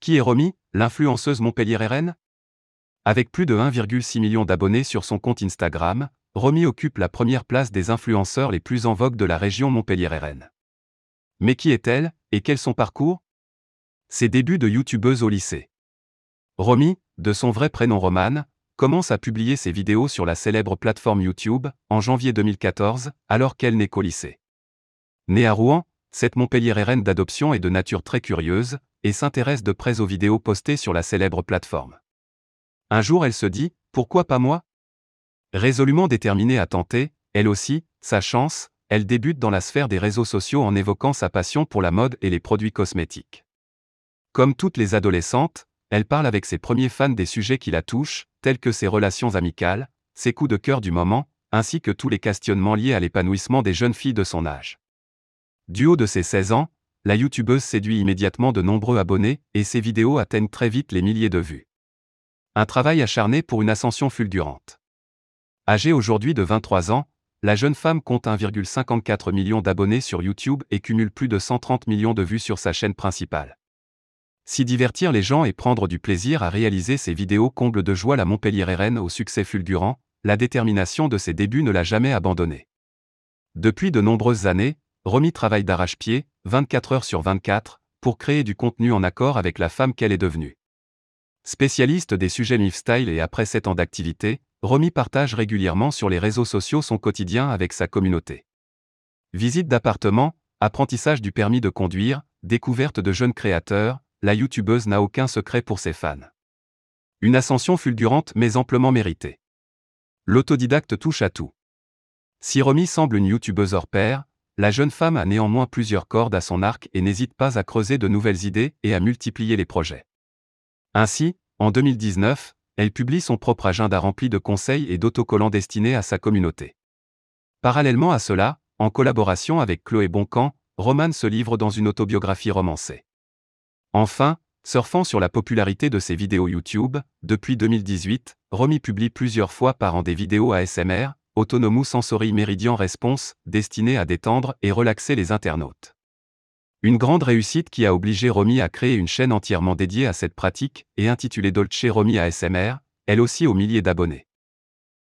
Qui est Romy, l'influenceuse montpelliéraine? Avec plus de 1,6 million d'abonnés sur son compte Instagram, Romy occupe la première place des influenceurs les plus en vogue de la région montpelliéraine. Mais qui est-elle, et quel son parcours? Ses débuts de youtubeuse au lycée. Romy, de son vrai prénom Romane, commence à publier ses vidéos sur la célèbre plateforme YouTube, en janvier 2014, alors qu'elle n'est qu'au lycée. Née à Rouen, cette montpelliéraine d'adoption est de nature très curieuse, et s'intéresse de près aux vidéos postées sur la célèbre plateforme. Un jour elle se dit, pourquoi pas moi? Résolument déterminée à tenter, elle aussi, sa chance, elle débute dans la sphère des réseaux sociaux en évoquant sa passion pour la mode et les produits cosmétiques. Comme toutes les adolescentes, elle parle avec ses premiers fans des sujets qui la touchent, tels que ses relations amicales, ses coups de cœur du moment, ainsi que tous les questionnements liés à l'épanouissement des jeunes filles de son âge. Du haut de ses 16 ans, la youtubeuse séduit immédiatement de nombreux abonnés, et ses vidéos atteignent très vite les milliers de vues. Un travail acharné pour une ascension fulgurante. Âgée aujourd'hui de 23 ans, la jeune femme compte 1,54 million d'abonnés sur YouTube et cumule plus de 130 millions de vues sur sa chaîne principale. Si divertir les gens et prendre du plaisir à réaliser ses vidéos comble de joie la montpelliéraine au succès fulgurant, la détermination de ses débuts ne l'a jamais abandonnée. Depuis de nombreuses années, Romy travaille d'arrache-pied, 24 heures sur 24, pour créer du contenu en accord avec la femme qu'elle est devenue. Spécialiste des sujets lifestyle et après 7 ans d'activité, Romy partage régulièrement sur les réseaux sociaux son quotidien avec sa communauté. Visite d'appartements, apprentissage du permis de conduire, découverte de jeunes créateurs, la youtubeuse n'a aucun secret pour ses fans. Une ascension fulgurante mais amplement méritée. L'autodidacte touche à tout. Si Romy semble une youtubeuse hors pair, la jeune femme a néanmoins plusieurs cordes à son arc et n'hésite pas à creuser de nouvelles idées et à multiplier les projets. Ainsi, en 2019, elle publie son propre agenda rempli de conseils et d'autocollants destinés à sa communauté. Parallèlement à cela, en collaboration avec Chloé Boncamp, Romane se livre dans une autobiographie romancée. Enfin, surfant sur la popularité de ses vidéos YouTube, depuis 2018, Romy publie plusieurs fois par an des vidéos ASMR, Autonomous Sensory Meridian Response, destinées à détendre et relaxer les internautes. Une grande réussite qui a obligé Romy à créer une chaîne entièrement dédiée à cette pratique et intitulée Dolce Romy ASMR, elle aussi aux milliers d'abonnés.